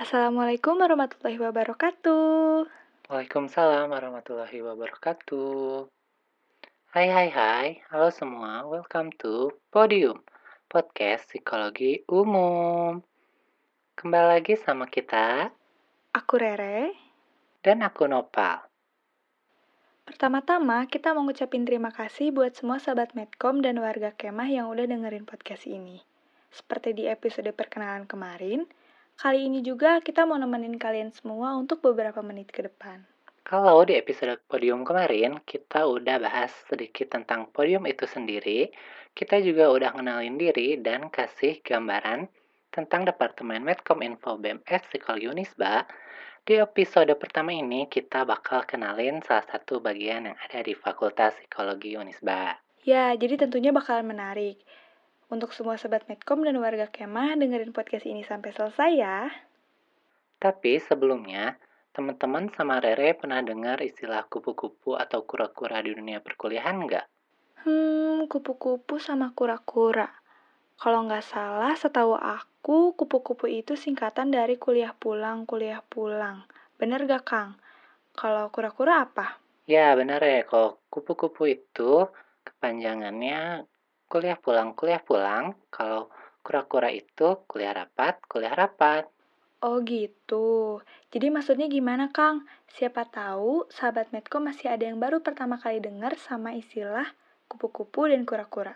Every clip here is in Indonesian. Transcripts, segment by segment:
Assalamualaikum warahmatullahi wabarakatuh. Waalaikumsalam warahmatullahi wabarakatuh. Hai, halo semua, welcome to Podium, podcast psikologi umum. Kembali lagi sama kita, Aku Rere. dan aku Nopal. Pertama-tama, kita mau ngucapin terima kasih buat semua sahabat Medcom dan warga Kemah yang udah dengerin podcast ini. Seperti di episode perkenalan kemarin, kali ini juga kita mau nemenin kalian semua untuk beberapa menit ke depan. Kalau di episode Podium kemarin, kita udah bahas sedikit tentang podium itu sendiri. Kita juga udah kenalin diri dan kasih gambaran tentang Departemen Medcom Info BMF Psikologi Unisba. Di episode pertama ini, kita bakal kenalin salah satu bagian yang ada di Fakultas Psikologi Unisba. Ya, jadi tentunya bakalan menarik. Untuk semua sahabat Medcom dan warga Kemah, dengerin podcast ini sampai selesai ya. Tapi sebelumnya, teman-teman sama Rere pernah dengar istilah kupu-kupu atau kura-kura di dunia perkuliahan nggak? Kupu-kupu sama kura-kura. Kalau nggak salah, setahu aku, kupu-kupu itu singkatan dari kuliah pulang. Bener gak, Kang? Kalau kura-kura apa? Ya, benar ya. Kalau kupu-kupu itu kepanjangannya kuliah pulang. Kalau kura-kura itu kuliah rapat. Oh gitu. Jadi maksudnya gimana, Kang? Siapa tahu sahabat Medco masih ada yang baru pertama kali dengar sama istilah kupu-kupu dan kura-kura.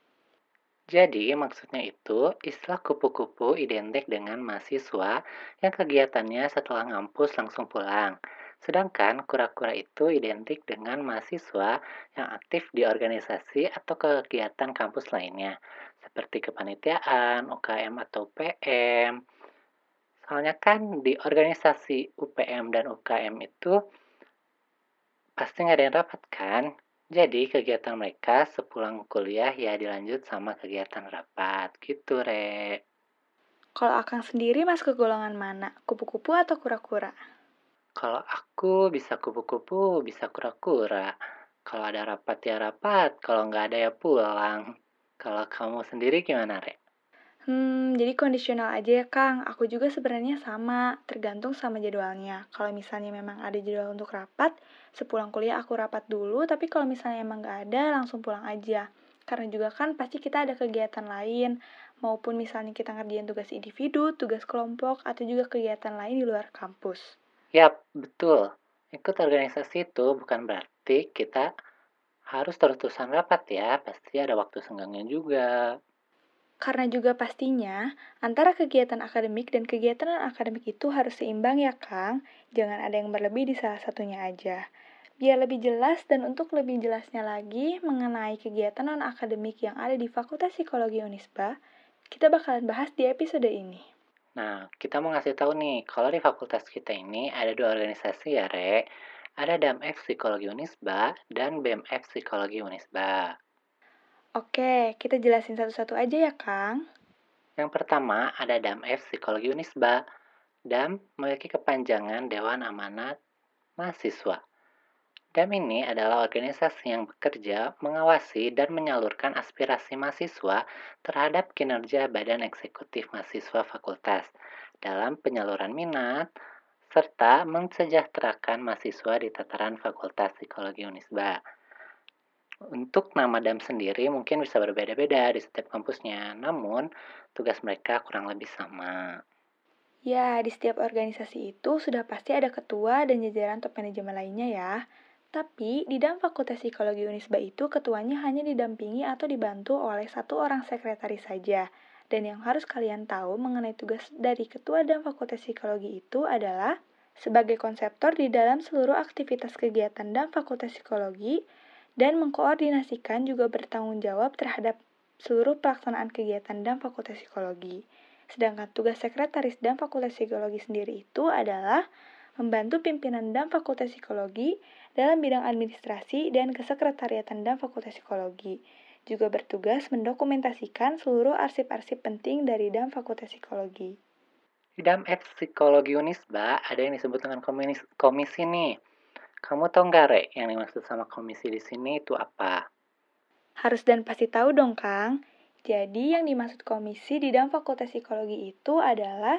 Jadi, maksudnya itu, istilah kupu-kupu identik dengan mahasiswa yang kegiatannya setelah ngampus langsung pulang. Sedangkan kura-kura itu identik dengan mahasiswa yang aktif di organisasi atau kegiatan kampus lainnya, seperti kepanitiaan, UKM atau PM. Soalnya kan di organisasi UPM dan UKM itu pasti ngadain rapat kan? Jadi kegiatan mereka sepulang kuliah ya dilanjut sama kegiatan rapat gitu, Re. Kalau Akang sendiri masuk ke golongan mana? Kupu-kupu atau kura-kura? Kalau aku bisa kupu-kupu, bisa kura-kura. Kalau ada rapat ya rapat, kalau nggak ada ya pulang. Kalau kamu sendiri gimana, Re? Jadi kondisional aja ya, Kang. Aku juga sebenarnya sama, tergantung sama jadwalnya. Kalau misalnya memang ada jadwal untuk rapat, sepulang kuliah aku rapat dulu, tapi kalau misalnya emang nggak ada, langsung pulang aja. Karena juga kan pasti kita ada kegiatan lain, maupun misalnya kita ngerjain tugas individu, tugas kelompok, atau juga kegiatan lain di luar kampus. Yap, betul. Ikut organisasi itu bukan berarti kita harus terus-terusan rapat ya. Pasti ada waktu senggangnya juga. Karena juga pastinya, antara kegiatan akademik dan kegiatan non-akademik itu harus seimbang ya, Kang. Jangan ada yang berlebih di salah satunya aja. Biar lebih jelas dan untuk lebih jelasnya lagi mengenai kegiatan non-akademik yang ada di Fakultas Psikologi Unisba, kita bakalan bahas di episode ini. Nah, kita mau ngasih tahu nih, kalau di fakultas kita ini ada dua organisasi ya, Re. Ada DAMF Psikologi Unisba dan BMF Psikologi Unisba. Oke, kita jelasin satu-satu aja ya, Kang. Yang pertama ada DAMF Psikologi Unisba. DAM memiliki kepanjangan Dewan Amanat Mahasiswa. DAM ini adalah organisasi yang bekerja mengawasi dan menyalurkan aspirasi mahasiswa terhadap kinerja Badan Eksekutif Mahasiswa Fakultas dalam penyaluran minat, serta mensejahterakan mahasiswa di tataran Fakultas Psikologi Unisba. Untuk nama DAM sendiri mungkin bisa berbeda-beda di setiap kampusnya, namun tugas mereka kurang lebih sama. Ya, di setiap organisasi itu sudah pasti ada ketua dan jajaran top manajemen lainnya ya. Tapi, di dalam Fakultas Psikologi Unisba itu ketuanya hanya didampingi atau dibantu oleh satu orang sekretaris saja. Dan yang harus kalian tahu mengenai tugas dari ketua dan Fakultas Psikologi itu adalah sebagai konseptor di dalam seluruh aktivitas kegiatan dan Fakultas Psikologi dan mengkoordinasikan juga bertanggung jawab terhadap seluruh pelaksanaan kegiatan dan Fakultas Psikologi. Sedangkan tugas sekretaris dan Fakultas Psikologi sendiri itu adalah membantu pimpinan dan Fakultas Psikologi dalam bidang administrasi dan kesekretariatan dan Fakultas Psikologi. Juga bertugas mendokumentasikan seluruh arsip-arsip penting dari dan Fakultas Psikologi. Di dalam Psikologi Unisba ada yang disebut dengan komisi nih. Kamu tahu nggak, Re, yang dimaksud sama komisi di sini itu apa? Harus dan pasti tahu dong, Kang. Jadi yang dimaksud komisi di dalam Fakultas Psikologi itu adalah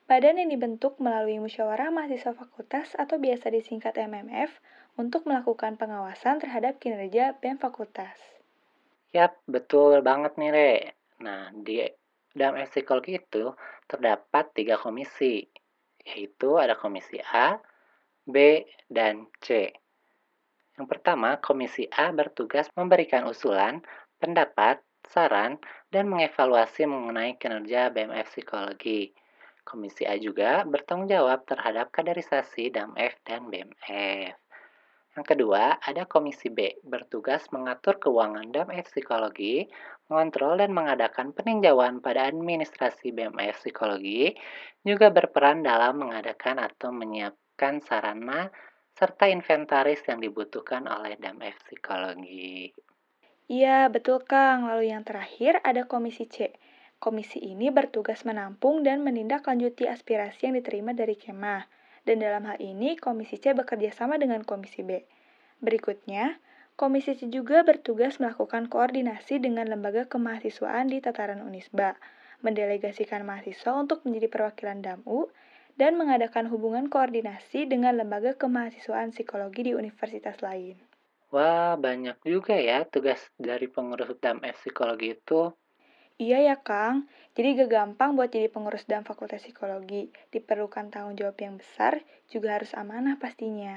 Badan yang dibentuk melalui musyawarah mahasiswa fakultas atau biasa disingkat MMF untuk melakukan pengawasan terhadap kinerja BEM fakultas. Yap, betul banget nih, Re. Nah, di dalam psikologi itu terdapat 3 komisi, yaitu ada komisi A, B, dan C. Yang pertama, komisi A bertugas memberikan usulan, pendapat, saran, dan mengevaluasi mengenai kinerja BMF Psikologi. Komisi A juga bertanggung jawab terhadap kaderisasi DAMF dan BMF. Yang kedua, ada Komisi B, bertugas mengatur keuangan DAMF Psikologi, mengontrol dan mengadakan peninjauan pada administrasi BMF Psikologi, juga berperan dalam mengadakan atau menyiapkan sarana serta inventaris yang dibutuhkan oleh DAMF Psikologi. Iya, betul Kang. Lalu yang terakhir ada Komisi C. Komisi ini bertugas menampung dan menindaklanjuti aspirasi yang diterima dari Kemah. Dan dalam hal ini, Komisi C bekerja sama dengan Komisi B. Berikutnya, Komisi C juga bertugas melakukan koordinasi dengan lembaga kemahasiswaan di tataran Unisba, mendelegasikan mahasiswa untuk menjadi perwakilan DAMU, dan mengadakan hubungan koordinasi dengan lembaga kemahasiswaan psikologi di universitas lain. Wah, banyak juga ya tugas dari pengurus DAMF Psikologi itu. Iya ya, Kang. Jadi gak gampang buat jadi pengurus dalam Fakultas Psikologi. Diperlukan tanggung jawab yang besar, juga harus amanah pastinya.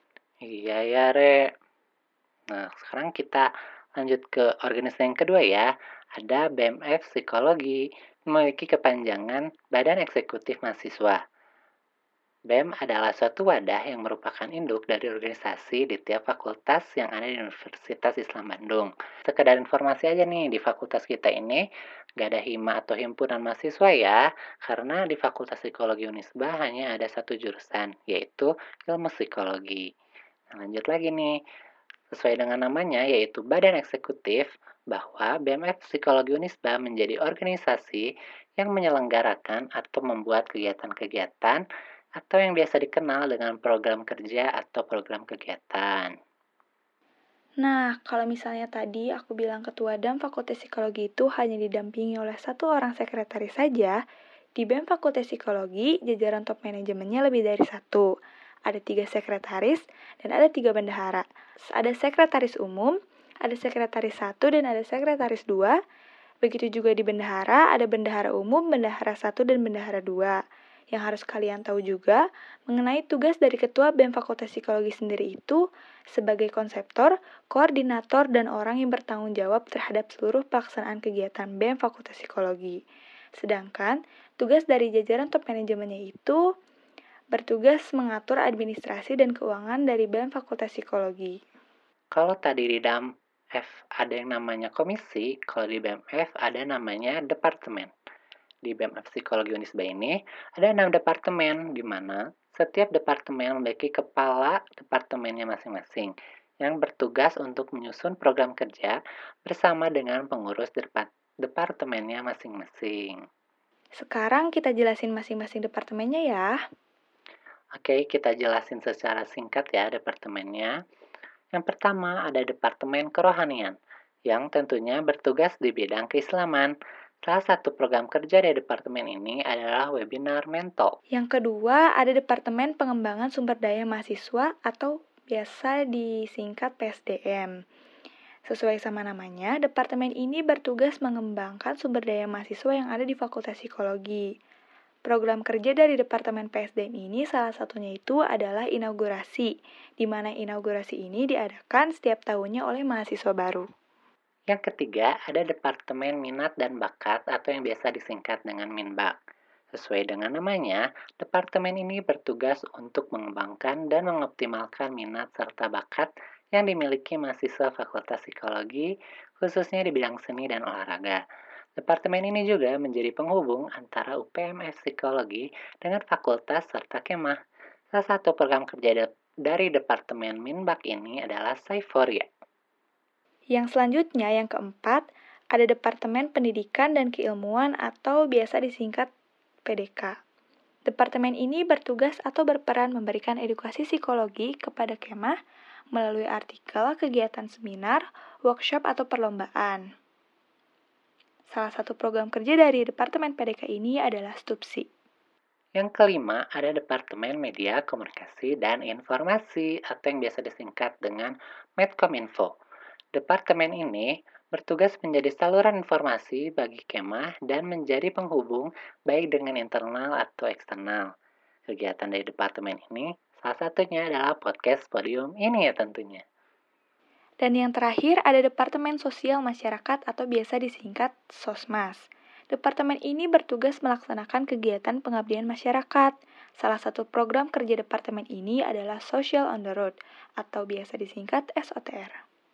Iya ya, Re. Nah, sekarang kita lanjut ke organisasi yang kedua ya. Ada BMF Psikologi, memiliki kepanjangan Badan Eksekutif Mahasiswa. BEM adalah suatu wadah yang merupakan induk dari organisasi di tiap fakultas yang ada di Universitas Islam Bandung. Sekedar informasi aja nih, di fakultas kita ini gak ada hima atau himpunan mahasiswa ya, karena di Fakultas Psikologi Unisba hanya ada satu jurusan, yaitu ilmu psikologi. Nah, lanjut lagi nih, sesuai dengan namanya yaitu Badan Eksekutif, bahwa BMF Psikologi Unisba menjadi organisasi yang menyelenggarakan atau membuat kegiatan-kegiatan atau yang biasa dikenal dengan program kerja atau program kegiatan. Nah, kalau misalnya tadi aku bilang ketua DAM Fakultas Psikologi itu hanya didampingi oleh satu orang sekretaris saja, di BEM Fakultas Psikologi, jajaran top manajemennya lebih dari satu. Ada 3 sekretaris dan ada 3 bendahara. Ada sekretaris umum, ada sekretaris 1, dan ada sekretaris 2. Begitu juga di bendahara, ada bendahara umum, bendahara 1, dan bendahara 2. Yang harus kalian tahu juga mengenai tugas dari ketua BEM Fakultas Psikologi sendiri itu sebagai konseptor, koordinator, dan orang yang bertanggung jawab terhadap seluruh pelaksanaan kegiatan BEM Fakultas Psikologi. Sedangkan tugas dari jajaran top manajemennya itu bertugas mengatur administrasi dan keuangan dari BEM Fakultas Psikologi. Kalau tadi di DAMF ada yang namanya komisi, kalau di BMF ada namanya departemen. Di BMF Psikologi Unisba ini ada 6 departemen, di mana setiap departemen memiliki kepala departemennya masing-masing yang bertugas untuk menyusun program kerja bersama dengan pengurus departemennya masing-masing. Sekarang kita jelasin masing-masing departemennya ya. Oke, kita jelasin secara singkat ya departemennya. Yang pertama ada Departemen Kerohanian, yang tentunya bertugas di bidang keislaman. Salah satu program kerja di departemen ini adalah webinar Mento. Yang kedua, ada Departemen Pengembangan Sumber Daya Mahasiswa atau biasa disingkat PSDM. Sesuai sama namanya, departemen ini bertugas mengembangkan sumber daya mahasiswa yang ada di Fakultas Psikologi. Program kerja dari Departemen PSDM ini salah satunya itu adalah inaugurasi, di mana inaugurasi ini diadakan setiap tahunnya oleh mahasiswa baru. Yang ketiga ada Departemen Minat dan Bakat atau yang biasa disingkat dengan Minbak. Sesuai dengan namanya, departemen ini bertugas untuk mengembangkan dan mengoptimalkan minat serta bakat yang dimiliki mahasiswa Fakultas Psikologi, khususnya di bidang seni dan olahraga. Departemen ini juga menjadi penghubung antara UPMS Psikologi dengan fakultas serta kemah. Salah satu program kerja dari Departemen Minbak ini adalah Saiforia. Yang selanjutnya, yang keempat, ada Departemen Pendidikan dan Keilmuan atau biasa disingkat PDK. Departemen ini bertugas atau berperan memberikan edukasi psikologi kepada kemah melalui artikel, kegiatan seminar, workshop, atau perlombaan. Salah satu program kerja dari Departemen PDK ini adalah STUPSI. Yang kelima, ada Departemen Media, Komunikasi, dan Informasi atau yang biasa disingkat dengan Medkominfo. Departemen ini bertugas menjadi saluran informasi bagi kemah dan menjadi penghubung baik dengan internal atau eksternal. Kegiatan dari departemen ini salah satunya adalah podcast Podium ini ya tentunya. Dan yang terakhir ada Departemen Sosial Masyarakat atau biasa disingkat Sosmas. Departemen ini bertugas melaksanakan kegiatan pengabdian masyarakat. Salah satu program kerja departemen ini adalah Social on the Road atau biasa disingkat SOTR.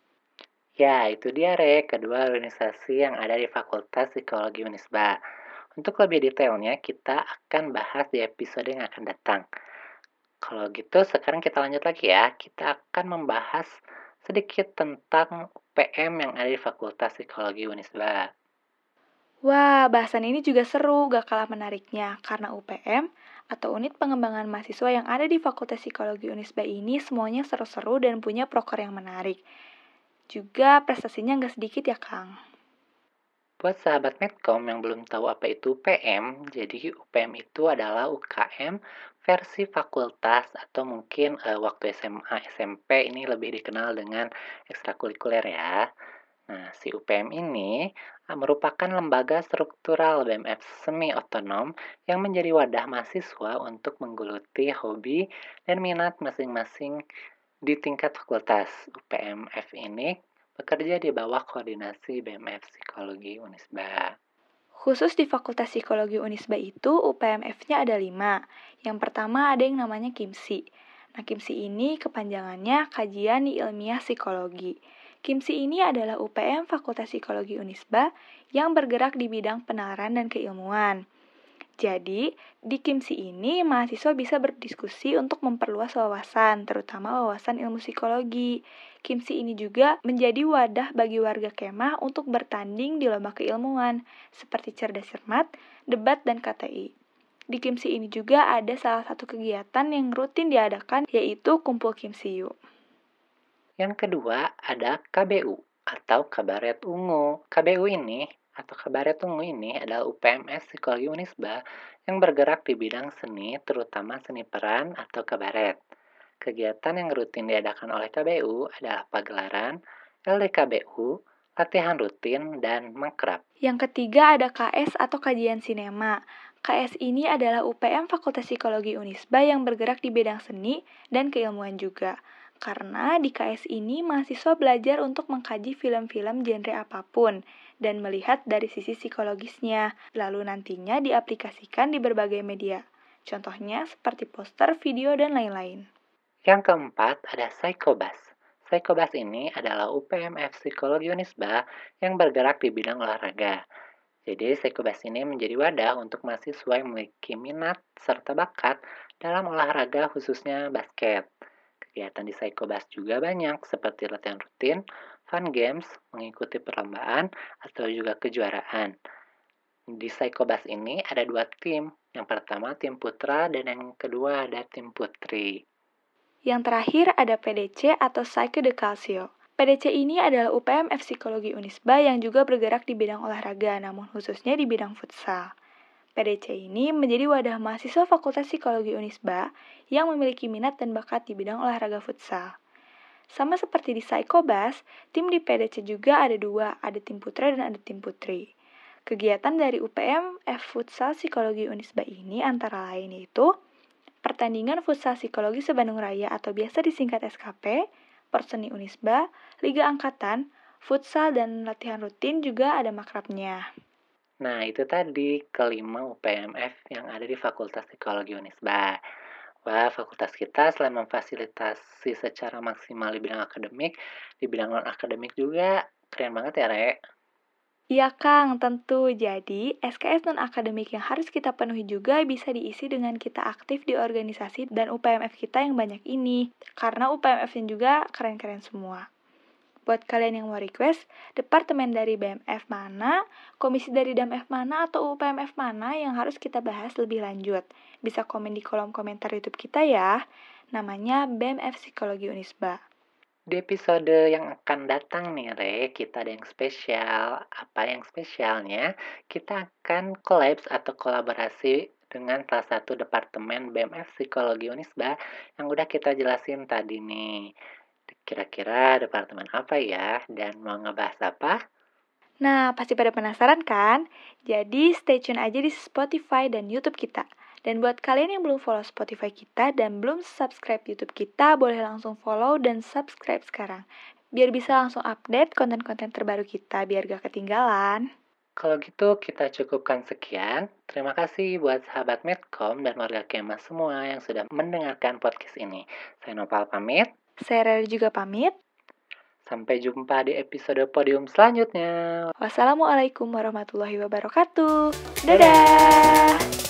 Ya, itu dia kedua organisasi yang ada di Fakultas Psikologi Unisba. Untuk lebih detailnya, kita akan bahas di episode yang akan datang. Kalau gitu, sekarang kita lanjut lagi ya. Kita akan membahas sedikit tentang UPM yang ada di Fakultas Psikologi Unisba. Wah, bahasan ini juga seru, gak kalah menariknya, karena UPM atau Unit Pengembangan Mahasiswa yang ada di Fakultas Psikologi Unisba ini semuanya seru-seru dan punya proker yang menarik. Juga prestasinya gak sedikit ya, Kang. Buat sahabat Medcom yang belum tahu apa itu UPM, jadi UPM itu adalah UKM versi fakultas atau mungkin waktu SMA, SMP ini lebih dikenal dengan ekstrakurikuler ya. Nah, si UPM ini merupakan lembaga struktural BMF semi otonom yang menjadi wadah mahasiswa untuk menggeluti hobi dan minat masing-masing di tingkat fakultas. UPMF ini bekerja di bawah koordinasi BMF Psikologi Unisba. Khusus di Fakultas Psikologi Unisba itu, UPMF-nya ada 5. Yang pertama ada yang namanya KIMSI. Nah, KIMSI ini kepanjangannya Kajian Ilmiah Psikologi. KIMSI ini adalah UPM Fakultas Psikologi Unisba yang bergerak di bidang penalaran dan keilmuan. Jadi, di KIMSI ini mahasiswa bisa berdiskusi untuk memperluas wawasan, terutama wawasan ilmu psikologi. KIMSI ini juga menjadi wadah bagi warga kemah untuk bertanding di lomba keilmuan, seperti cerdas cermat, debat, dan KTI. Di KIMSI ini juga ada salah satu kegiatan yang rutin diadakan, yaitu Kumpul KIMSIU. Yang kedua ada KBU atau Kabaret Ungu. KBU ini atau Kabaret Ungu ini adalah UPMS Psikologi Unisba yang bergerak di bidang seni, terutama seni peran atau kabaret. Kegiatan yang rutin diadakan oleh KBU adalah pagelaran, LDKBU, latihan rutin, dan makrab. Yang ketiga ada KS atau Kajian Sinema. KS ini adalah UPM Fakultas Psikologi Unisba yang bergerak di bidang seni dan keilmuan juga. Karena di KS ini mahasiswa belajar untuk mengkaji film-film genre apapun dan melihat dari sisi psikologisnya, lalu nantinya diaplikasikan di berbagai media. Contohnya seperti poster, video, dan lain-lain. Yang keempat ada Psychobus. Psychobus ini adalah UPMF Psikologi Unisba yang bergerak di bidang olahraga. Jadi, Psychobus ini menjadi wadah untuk mahasiswa yang memiliki minat serta bakat dalam olahraga khususnya basket. Kegiatan di Psychobus juga banyak seperti latihan rutin, fun games, mengikuti perlombaan, atau juga kejuaraan. Di Psychobus ini ada 2 tim. Yang pertama tim putra dan yang kedua ada tim putri. Yang terakhir ada PDC atau Psyche de Calcio. PDC ini adalah UPMF Psikologi Unisba yang juga bergerak di bidang olahraga, namun khususnya di bidang futsal. PDC ini menjadi wadah mahasiswa Fakultas Psikologi Unisba yang memiliki minat dan bakat di bidang olahraga futsal. Sama seperti di Psychobus, tim di PDC juga ada 2, ada tim putra dan ada tim putri. Kegiatan dari UPMF Futsal Psikologi Unisba ini antara lain yaitu pertandingan futsal psikologi se-Bandung Raya atau biasa disingkat SKP, Perseni Unisba, Liga Angkatan, futsal dan latihan rutin juga ada makrabnya. Nah, itu tadi kelima UPMF yang ada di Fakultas Psikologi Unisba. Wah, fakultas kita selain memfasilitasi secara maksimal di bidang akademik, di bidang non-akademik juga keren banget ya, Re. Iya Kang, tentu. Jadi, SKS non-akademik yang harus kita penuhi juga bisa diisi dengan kita aktif di organisasi dan UPMF kita yang banyak ini. Karena UPMF-nya juga keren-keren semua. Buat kalian yang mau request, departemen dari BMF mana, komisi dari DAMF mana, atau UPMF mana yang harus kita bahas lebih lanjut. Bisa komen di kolom komentar YouTube kita ya. Namanya BMF Psikologi Unisba. Di episode yang akan datang nih, Re, kita ada yang spesial. Apa yang spesialnya? Kita akan collabs atau kolaborasi dengan salah satu departemen BMF Psikologi Unisba yang udah kita jelasin tadi nih. Kira-kira departemen apa ya dan mau ngebahas apa? Nah, pasti pada penasaran kan? Jadi stay tune aja di Spotify dan YouTube kita. Dan buat kalian yang belum follow Spotify kita dan belum subscribe YouTube kita, boleh langsung follow dan subscribe sekarang. Biar bisa langsung update konten-konten terbaru kita, biar gak ketinggalan. Kalau gitu kita cukupkan sekian. Terima kasih buat sahabat Medcom dan warga Kema semua yang sudah mendengarkan podcast ini. Saya Nopal pamit. Saya Rara juga pamit. Sampai jumpa di episode podium selanjutnya. Wassalamualaikum warahmatullahi wabarakatuh. Dadah!